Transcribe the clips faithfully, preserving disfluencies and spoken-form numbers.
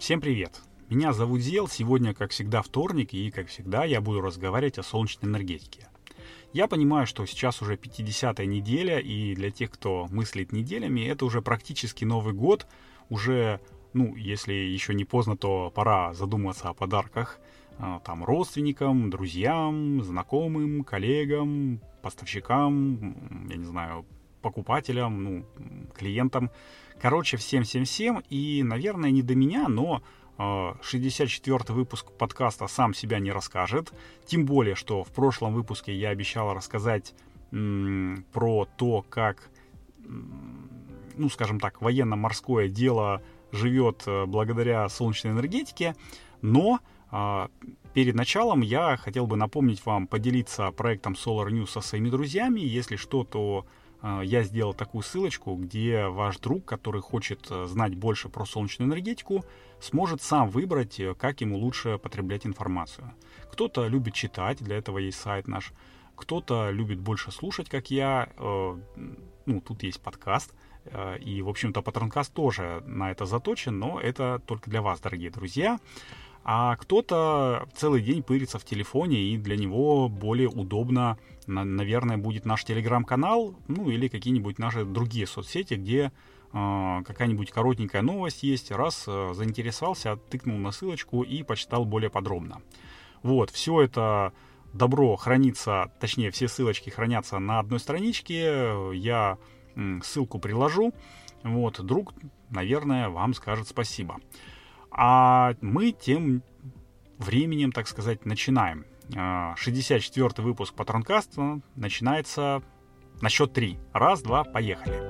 Всем привет! Меня зовут Зел, сегодня, как всегда, вторник, и, как всегда, я буду разговаривать о солнечной энергетике. Я понимаю, что сейчас уже пятидесятая неделя, и для тех, кто мыслит неделями, это уже практически Новый год. Уже, ну, если еще не поздно, то пора задуматься о подарках там родственникам, друзьям, знакомым, коллегам, поставщикам, я не знаю, покупателям, ну, клиентам. Короче, всем-всем-всем. И, наверное, не до меня, но шестьдесят четвёртый выпуск подкаста сам себя не расскажет. Тем более, что в прошлом выпуске я обещал рассказать м, про то, как, ну, скажем так, военно-морское дело живет благодаря солнечной энергетике. Но э, перед началом я хотел бы напомнить вам поделиться проектом Solar News со своими друзьями. Если что, то э, я сделал такую ссылочку, где ваш друг, который хочет знать больше про солнечную энергетику, сможет сам выбрать, как ему лучше потреблять информацию. Кто-то любит читать, для этого есть сайт наш. Кто-то любит больше слушать, как я. Э, ну, тут есть подкаст. Э, и, в общем-то, Патронкаст тоже на это заточен, но это только для вас, дорогие друзья. А кто-то целый день пырится в телефоне, и для него более удобно, наверное, будет наш телеграм-канал, ну, или какие-нибудь наши другие соцсети, где какая-нибудь коротенькая новость есть, раз заинтересовался, тыкнул на ссылочку и почитал более подробно. Вот, все это добро хранится, точнее, все ссылочки хранятся на одной страничке, я ссылку приложу, вот, друг, наверное, вам скажет спасибо. А мы тем временем, так сказать, начинаем. шестьдесят четвёртый выпуск Патронкаста начинается на счет три. Раз, два, поехали.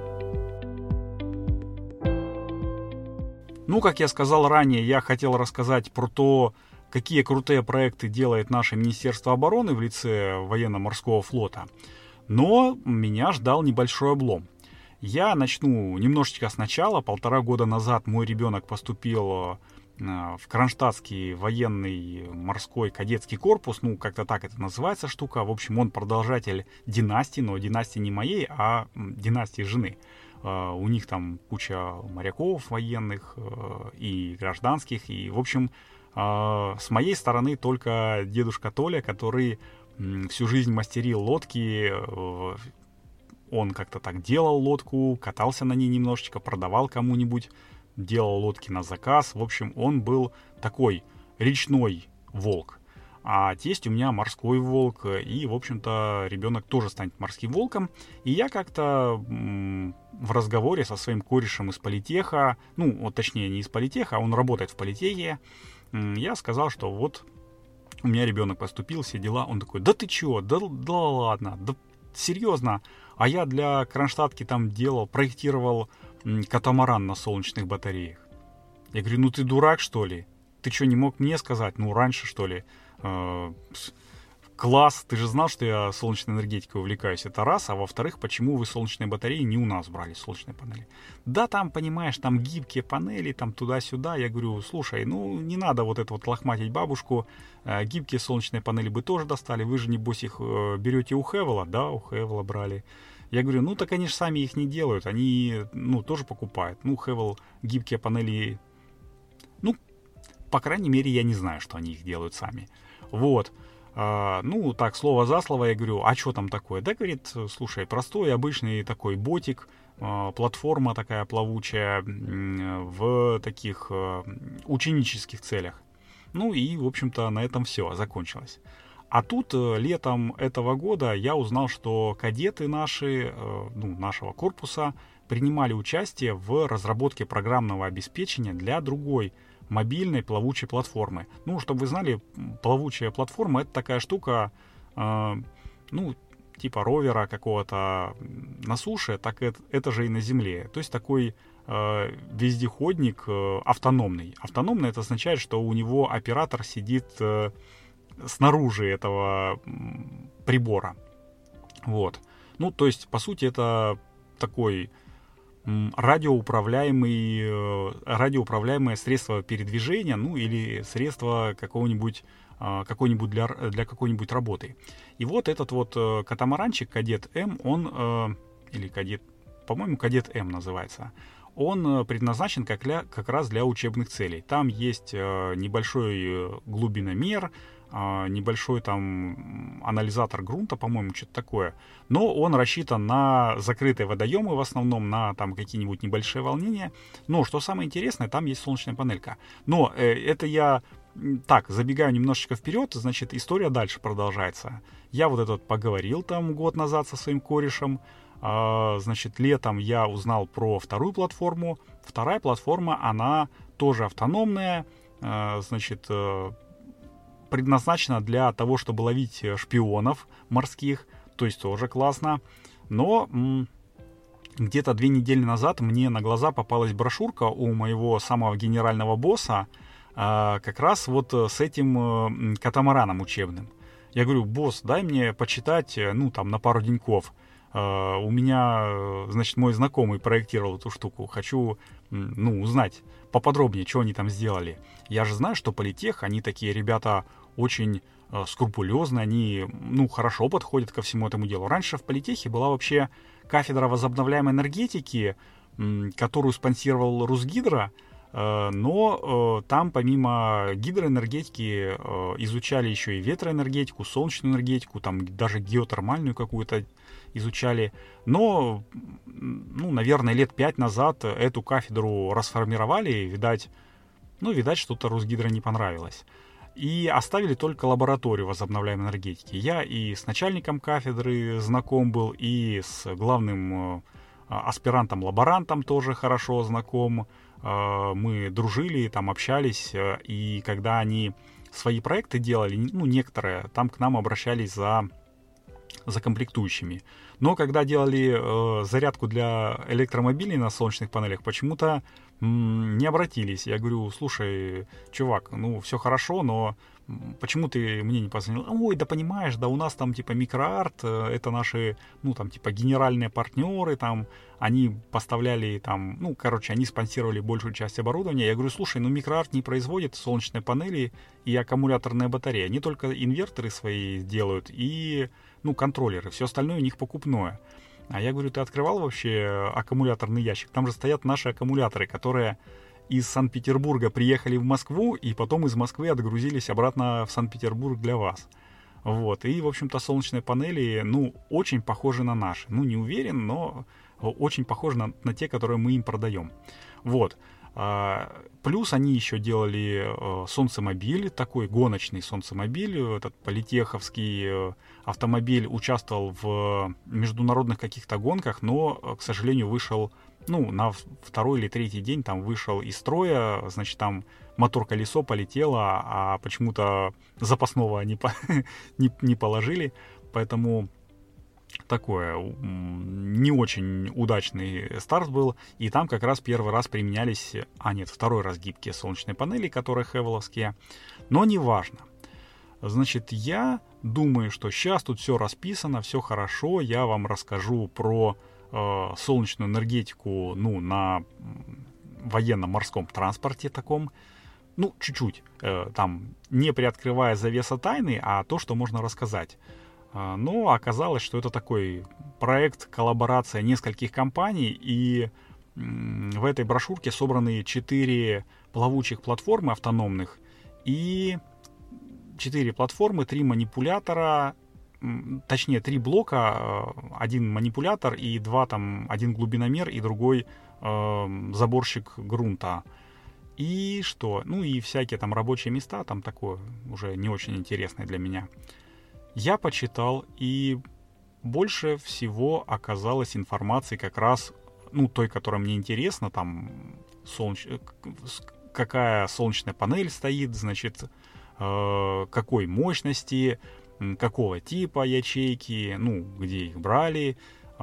Ну, как я сказал ранее, я хотел рассказать про то, какие крутые проекты делает наше Министерство обороны в лице военно-морского флота. Но меня ждал небольшой облом. Я начну немножечко сначала. Полтора года назад мой ребенок поступил в Кронштадтский военный морской кадетский корпус. Ну, как-то так это называется штука. В общем, он продолжатель династии, но династии не моей, а династии жены. Uh, у них там куча моряков военных uh, и гражданских. И, в общем, uh, с моей стороны только дедушка Толя, который um, всю жизнь мастерил лодки. Uh, он как-то так делал лодку, катался на ней немножечко, продавал кому-нибудь, делал лодки на заказ. В общем, он был такой речной волк. А тесть у меня морской волк, и, в общем-то, ребенок тоже станет морским волком. И я как-то м- в разговоре со своим корешем из политеха, ну, вот, точнее, не из политеха, а он работает в политехе, м- я сказал, что вот у меня ребенок поступил, все дела. Он такой: да ты чё, да, да ладно, да серьезно. А я для Кронштадтки там делал, проектировал м- катамаран на солнечных батареях. Я говорю: ну ты дурак, что ли? Ты что, не мог мне сказать? Ну, раньше, что ли? Класс, ты же знал, что я солнечной энергетикой увлекаюсь, это раз, а во-вторых, почему вы солнечные батареи не у нас брали, солнечные панели? Да, там, понимаешь, там гибкие панели, там туда-сюда. Я говорю: слушай, ну не надо вот это вот лохматить бабушку, гибкие солнечные панели бы тоже достали, вы же небось их берете у Хевела? Да, у Хевела брали. Я говорю: ну так они же сами их не делают, они, ну, тоже покупают. Ну, Хевел гибкие панели, ну, по крайней мере, я не знаю, что они их делают сами. Вот. А, ну, так, слово за слово я говорю: а что там такое? Да, говорит, слушай, простой, обычный такой ботик, а, платформа такая плавучая в таких а, ученических целях. Ну и, в общем-то, на этом все закончилось. А тут летом этого года я узнал, что кадеты наши, ну, нашего корпуса принимали участие в разработке программного обеспечения для другой мобильной плавучей платформы. Ну, чтобы вы знали, плавучая платформа — это такая штука, э, ну, типа ровера какого-то на суше, так это, это же и на земле. То есть такой э, вездеходник э, автономный. Автономный — это означает, что у него оператор сидит э, снаружи этого прибора. Вот. Ну, то есть, по сути, это такой радиоуправляемый, радиоуправляемое средство передвижения, ну или средство какого-нибудь, какой-нибудь для, для какой-нибудь работы. И вот этот вот катамаранчик Кадет М, он, или Кадет, по-моему, Кадет М называется, он предназначен как, для, как раз для учебных целей. Там есть небольшой глубиномер, небольшой там анализатор грунта, по-моему, что-то такое. Но он рассчитан на закрытые водоемы, в основном на там какие-нибудь небольшие волнения. Но что самое интересное, там есть солнечная панелька. Но э, это я так, забегаю немножечко вперед, значит, история дальше продолжается. Я вот этот поговорил там год назад со своим корешем. Э, значит, летом я узнал про вторую платформу. Вторая платформа, она тоже автономная, э, значит, э, предназначена для того, чтобы ловить шпионов морских, то есть тоже классно. Но м- где-то две недели назад мне на глаза попалась брошюрка у моего самого генерального босса, э, как раз вот с этим э, катамараном учебным. Я говорю: босс, дай мне почитать, ну, там, на пару деньков. Э, у меня, значит, мой знакомый проектировал эту штуку. Хочу, ну, узнать поподробнее, что они там сделали. Я же знаю, что политех, они такие ребята очень э, скрупулезные, они, ну, хорошо подходят ко всему этому делу. Раньше в политехе была вообще кафедра возобновляемой энергетики, м, которую спонсировал Русгидро, э, но э, там помимо гидроэнергетики э, изучали еще и ветроэнергетику, солнечную энергетику, там даже геотермальную какую-то изучали. Но, ну, наверное, лет пять назад эту кафедру расформировали, видать, ну, видать, что-то Русгидро не понравилось. И оставили только лабораторию возобновляемой энергетики. Я и с начальником кафедры знаком был, и с главным э, аспирантом-лаборантом тоже хорошо знаком. Э, мы дружили, там общались, э, и когда они свои проекты делали, ну, некоторые, там к нам обращались за, за комплектующими. Но когда делали э, зарядку для электромобилей на солнечных панелях, почему-то не обратились. Я говорю: слушай, чувак, ну все хорошо, но почему ты мне не позвонил? Ой, да понимаешь, да у нас там типа микроарт, это наши, ну там типа генеральные партнеры, там они поставляли там, ну короче, они спонсировали большую часть оборудования. Я говорю: слушай, ну микроарт не производит солнечные панели и аккумуляторные батареи, они только инверторы свои делают и, ну, контроллеры, все остальное у них покупное. А я говорю: ты открывал вообще аккумуляторный ящик? Там же стоят наши аккумуляторы, которые из Санкт-Петербурга приехали в Москву и потом из Москвы отгрузились обратно в Санкт-Петербург для вас. Вот. И, в общем-то, солнечные панели, ну, очень похожи на наши. Ну, не уверен, но очень похожи на, на те, которые мы им продаем. Вот. Плюс они еще делали солнцемобиль, такой гоночный солнцемобиль. Этот политеховский автомобиль участвовал в международных каких-то гонках, но, к сожалению, вышел, ну, на второй или третий день там вышел из строя. Значит, там мотор-колесо полетело, а почему-то запасного не, по, не, не положили. Поэтому такое не очень удачный старт был, и там как раз первый раз применялись, а нет, второй раз гибкие солнечные панели, которые хевеловские, но не важно. Значит, я думаю, что сейчас тут все расписано, все хорошо, я вам расскажу про э, солнечную энергетику, ну, на военно-морском транспорте таком, ну, чуть-чуть, э, там, не приоткрывая завеса тайны, а то, что можно рассказать. Но оказалось, что это такой проект, коллаборация нескольких компаний, и в этой брошюрке собраны четыре плавучих платформы автономных и четыре платформы, три манипулятора, точнее три блока, один манипулятор и два там, один глубиномер и другой э, заборщик грунта. И что? Ну и всякие там рабочие места, там такое уже не очень интересное для меня. Я почитал, и больше всего оказалось информации как раз, ну, той, которая мне интересна, там, солнеч... какая солнечная панель стоит, значит, э, какой мощности, какого типа ячейки, ну, где их брали,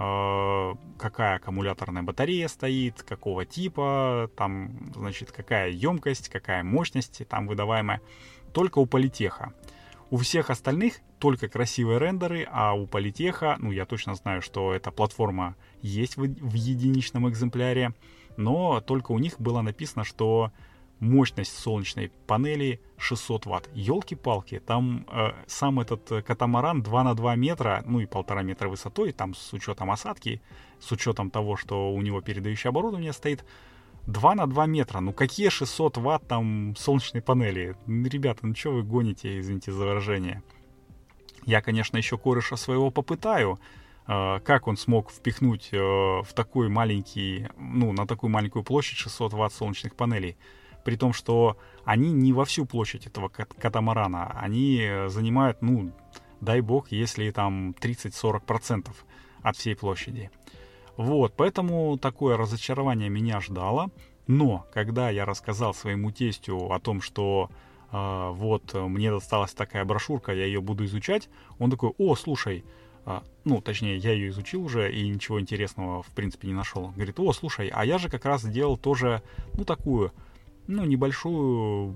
э, какая аккумуляторная батарея стоит, какого типа, там, значит, какая емкость, какая мощность там выдаваемая, только у политеха. У всех остальных только красивые рендеры, а у политеха, ну, я точно знаю, что эта платформа есть в, в единичном экземпляре, но только у них было написано, что мощность солнечной панели шестьсот ватт. Ёлки-палки, там э, сам этот катамаран два на два метра, ну и полтора метра высотой, там с учетом осадки, с учетом того, что у него передающее оборудование стоит, два на два метра. Ну какие шестьсот ватт там солнечной панели? Ну, ребята, ну что вы гоните, извините за выражение. Я, конечно, еще кореша своего попытаю, э, как он смог впихнуть э, в такой маленький, ну, на такую маленькую площадь шестьсот ватт солнечных панелей. При том, что они не во всю площадь этого катамарана, они занимают, ну, дай бог, если там тридцать-сорок процентов от всей площади. Вот, поэтому такое разочарование меня ждало. Но, когда я рассказал своему тестю о том, что э, вот мне досталась такая брошюрка, я ее буду изучать, он такой: о, слушай, э, ну, точнее, я ее изучил уже и ничего интересного, в принципе, не нашел. Говорит: о, слушай, а я же как раз делал тоже, ну, такую... ну, небольшую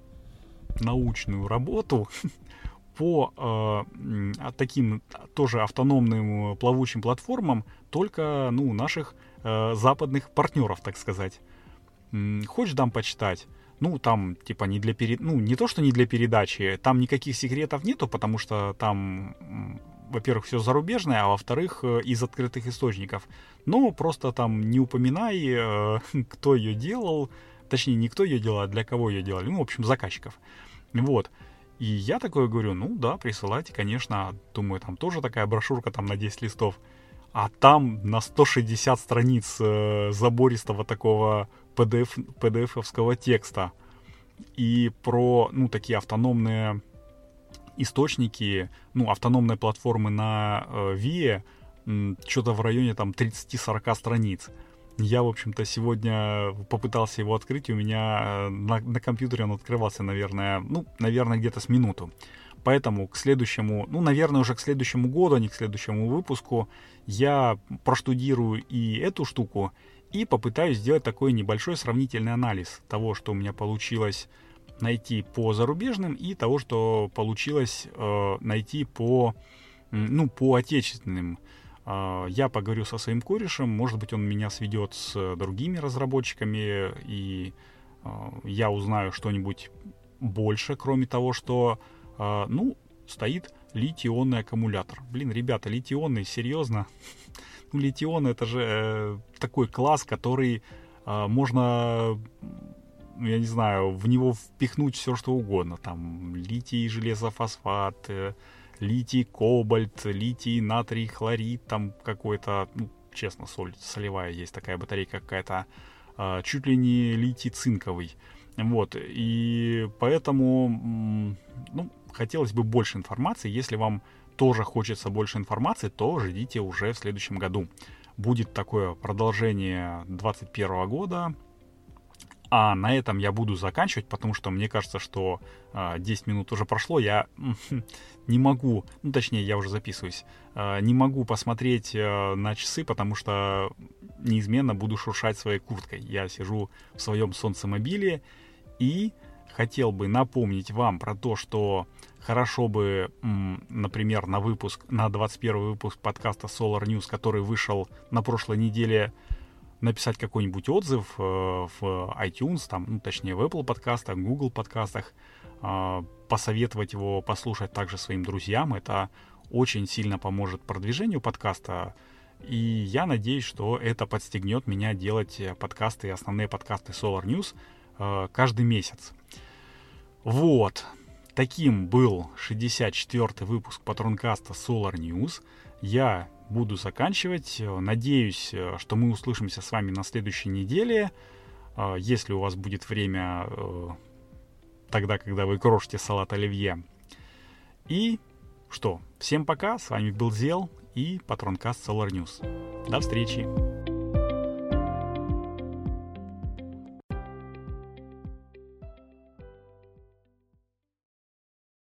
научную работу по э, таким тоже автономным плавучим платформам, только, ну, наших э, западных партнеров, так сказать. Хочешь, дам почитать? Ну, там, типа, не для перед... ну, не то, что не для передачи, там никаких секретов нету, потому что там, во-первых, все зарубежное, а во-вторых, из открытых источников. Но просто там не упоминай, э, кто ее делал. Точнее, не кто ее делал, а для кого ее делали. Ну, в общем, заказчиков. Вот. И я такое говорю: ну да, присылайте, конечно. Думаю, там тоже такая брошюрка там на десять листов. А там на сто шестьдесят страниц э, забористого такого пи ди эф, пи ди эф-овского текста. И про, ну, такие автономные источники, ну, автономные платформы на э, ви ай, что-то в районе там тридцать-сорок страниц. Я, в общем-то, сегодня попытался его открыть, и у меня на, на компьютере он открывался, наверное, ну, наверное, где-то с минуту. Поэтому к следующему, ну, наверное, уже к следующему году, а не к следующему выпуску, я проштудирую и эту штуку, и попытаюсь сделать такой небольшой сравнительный анализ того, что у меня получилось найти по зарубежным, и того, что получилось э, найти по, ну, по отечественным. Я поговорю со своим корешем, может быть, он меня сведет с другими разработчиками, и я узнаю что-нибудь больше, кроме того, что, ну, стоит литий-ионный аккумулятор. Блин, ребята, литий-ионный, серьезно? Ну, литий-ионный — это же такой класс, который можно, я не знаю, в него впихнуть все, что угодно. Там литий, железофосфат, литий, кобальт, литий, натрий, хлорид, там какой-то, ну, честно, соль солевая есть такая батарейка какая-то, э, чуть ли не литий цинковый. Вот, и поэтому, ну, хотелось бы больше информации. Если вам тоже хочется больше информации, то ждите уже в следующем году. Будет такое продолжение двадцать первого года. А на этом я буду заканчивать, потому что мне кажется, что э, десять минут уже прошло, я не могу, ну, точнее, я уже записываюсь, э, не могу посмотреть э, на часы, потому что неизменно буду шуршать своей курткой. Я сижу в своем солнцемобиле и хотел бы напомнить вам про то, что хорошо бы, м, например, на выпуск, на двадцать первый выпуск подкаста Solar News, который вышел на прошлой неделе, написать какой-нибудь отзыв э, в iTunes, там, ну, точнее, в Apple подкастах, Google подкастах, э, посоветовать его послушать также своим друзьям. Это очень сильно поможет продвижению подкаста. И я надеюсь, что это подстегнет меня делать подкасты, основные подкасты Solar News э, каждый месяц. Вот. Таким был шестьдесят четвёртый выпуск Патронкаста Solar News. Я буду заканчивать. Надеюсь, что мы услышимся с вами на следующей неделе. Если у вас будет время, тогда, когда вы крошите салат оливье. И что? Всем пока. С вами был Зел и Патронкаст Solar News. До встречи.